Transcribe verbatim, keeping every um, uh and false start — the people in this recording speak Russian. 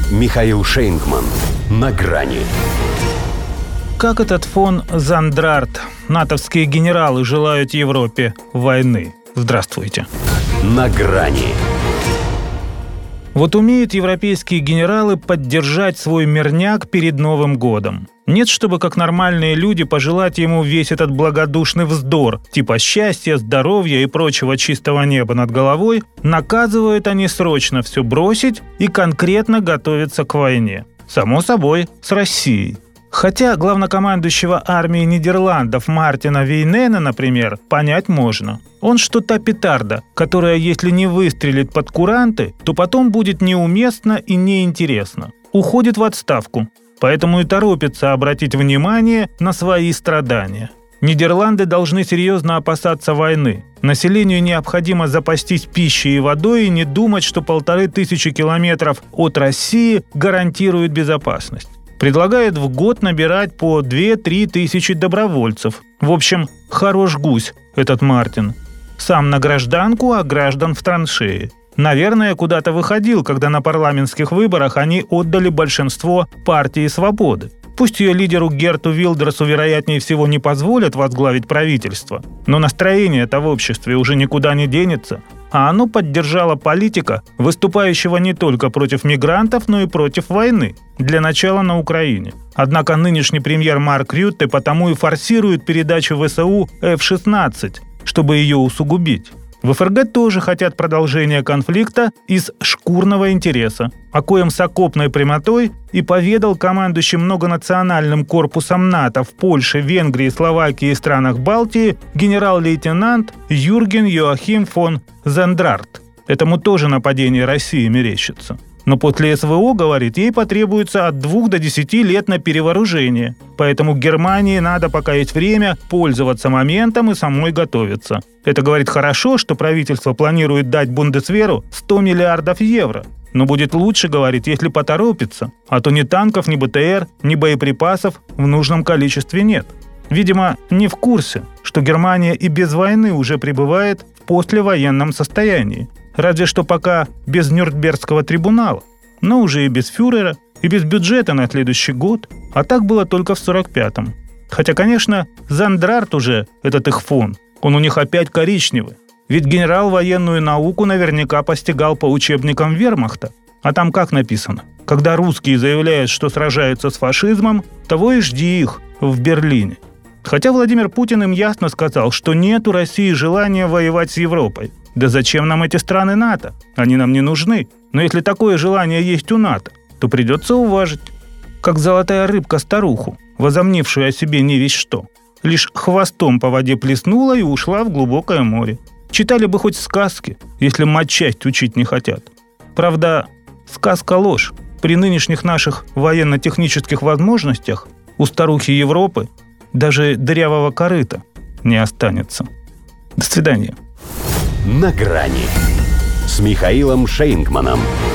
Михаил Шейнгман. На грани. Как этот фон Зандрарт? Натовские генералы желают Европе войны. Здравствуйте. На грани. Вот умеют европейские генералы поддержать свой мирняк перед Новым годом. Нет, чтобы как нормальные люди пожелать ему весь этот благодушный вздор, типа счастья, здоровья и прочего чистого неба над головой, наказывают они срочно все бросить и конкретно готовиться к войне. Само собой, с Россией. Хотя главнокомандующего армией Нидерландов Мартина Вейнена, например, понять можно. Он что та петарда, которая, если не выстрелит под куранты, то потом будет неуместно и неинтересно. Уходит в отставку. Поэтому и торопится обратить внимание на свои страдания. Нидерланды должны серьезно опасаться войны. Населению необходимо запастись пищей и водой и не думать, что полторы тысячи километров от России гарантирует безопасность. Предлагает в год набирать по две-три тысячи добровольцев. В общем, хорош гусь этот Мартин. Сам на гражданку, а граждан в траншеи. Наверное, куда-то выходил, когда на парламентских выборах они отдали большинство партии «Свободы». Пусть ее лидеру Герту Вилдерсу, вероятнее всего, не позволят возглавить правительство, но настроение-то в обществе уже никуда не денется, а оно поддержало политика, выступающего не только против мигрантов, но и против войны, для начала на Украине. Однако нынешний премьер Марк Рютте потому и форсирует передачу ВСУ эф шестнадцать, чтобы ее усугубить. В эф эр гэ тоже хотят продолжения конфликта из шкурного интереса, о коем с окопной прямотой и поведал командующий многонациональным корпусом НАТО в Польше, Венгрии, Словакии и странах Балтии генерал-лейтенант Юрген Йоахим фон Зандрарт. Этому тоже нападение России мерещится. Но после эс вэ о, говорит, ей потребуется от двух до десяти лет на перевооружение. Поэтому Германии надо, пока есть время, пользоваться моментом и самой готовиться. Это, говорит, хорошо, что правительство планирует дать Бундесверу сто миллиардов евро. Но будет лучше, говорит, если поторопится, а то ни танков, ни бэ тэ эр, ни боеприпасов в нужном количестве нет. Видимо, не в курсе, что Германия и без войны уже пребывает в послевоенном состоянии. Разве что пока без Нюрнбергского трибунала, но уже и без фюрера, и без бюджета на следующий год, а так было только в сорок пятом. Хотя, конечно, Зандрарт уже, этот их фон, он у них опять коричневый. Ведь генерал военную науку наверняка постигал по учебникам вермахта. А там как написано? Когда русские заявляют, что сражаются с фашизмом, того и жди их в Берлине. Хотя Владимир Путин им ясно сказал, что нет у России желания воевать с Европой. Да зачем нам эти страны НАТО? Они нам не нужны. Но если такое желание есть у НАТО, то придется уважить. Как золотая рыбка старуху, возомнившую о себе не весть что. Лишь хвостом по воде плеснула и ушла в глубокое море. Читали бы хоть сказки, если матчасть учить не хотят. Правда, сказка ложь. При нынешних наших военно-технических возможностях у старухи Европы даже дырявого корыта не останется. До свидания. На грани с Михаилом Шейнгманом.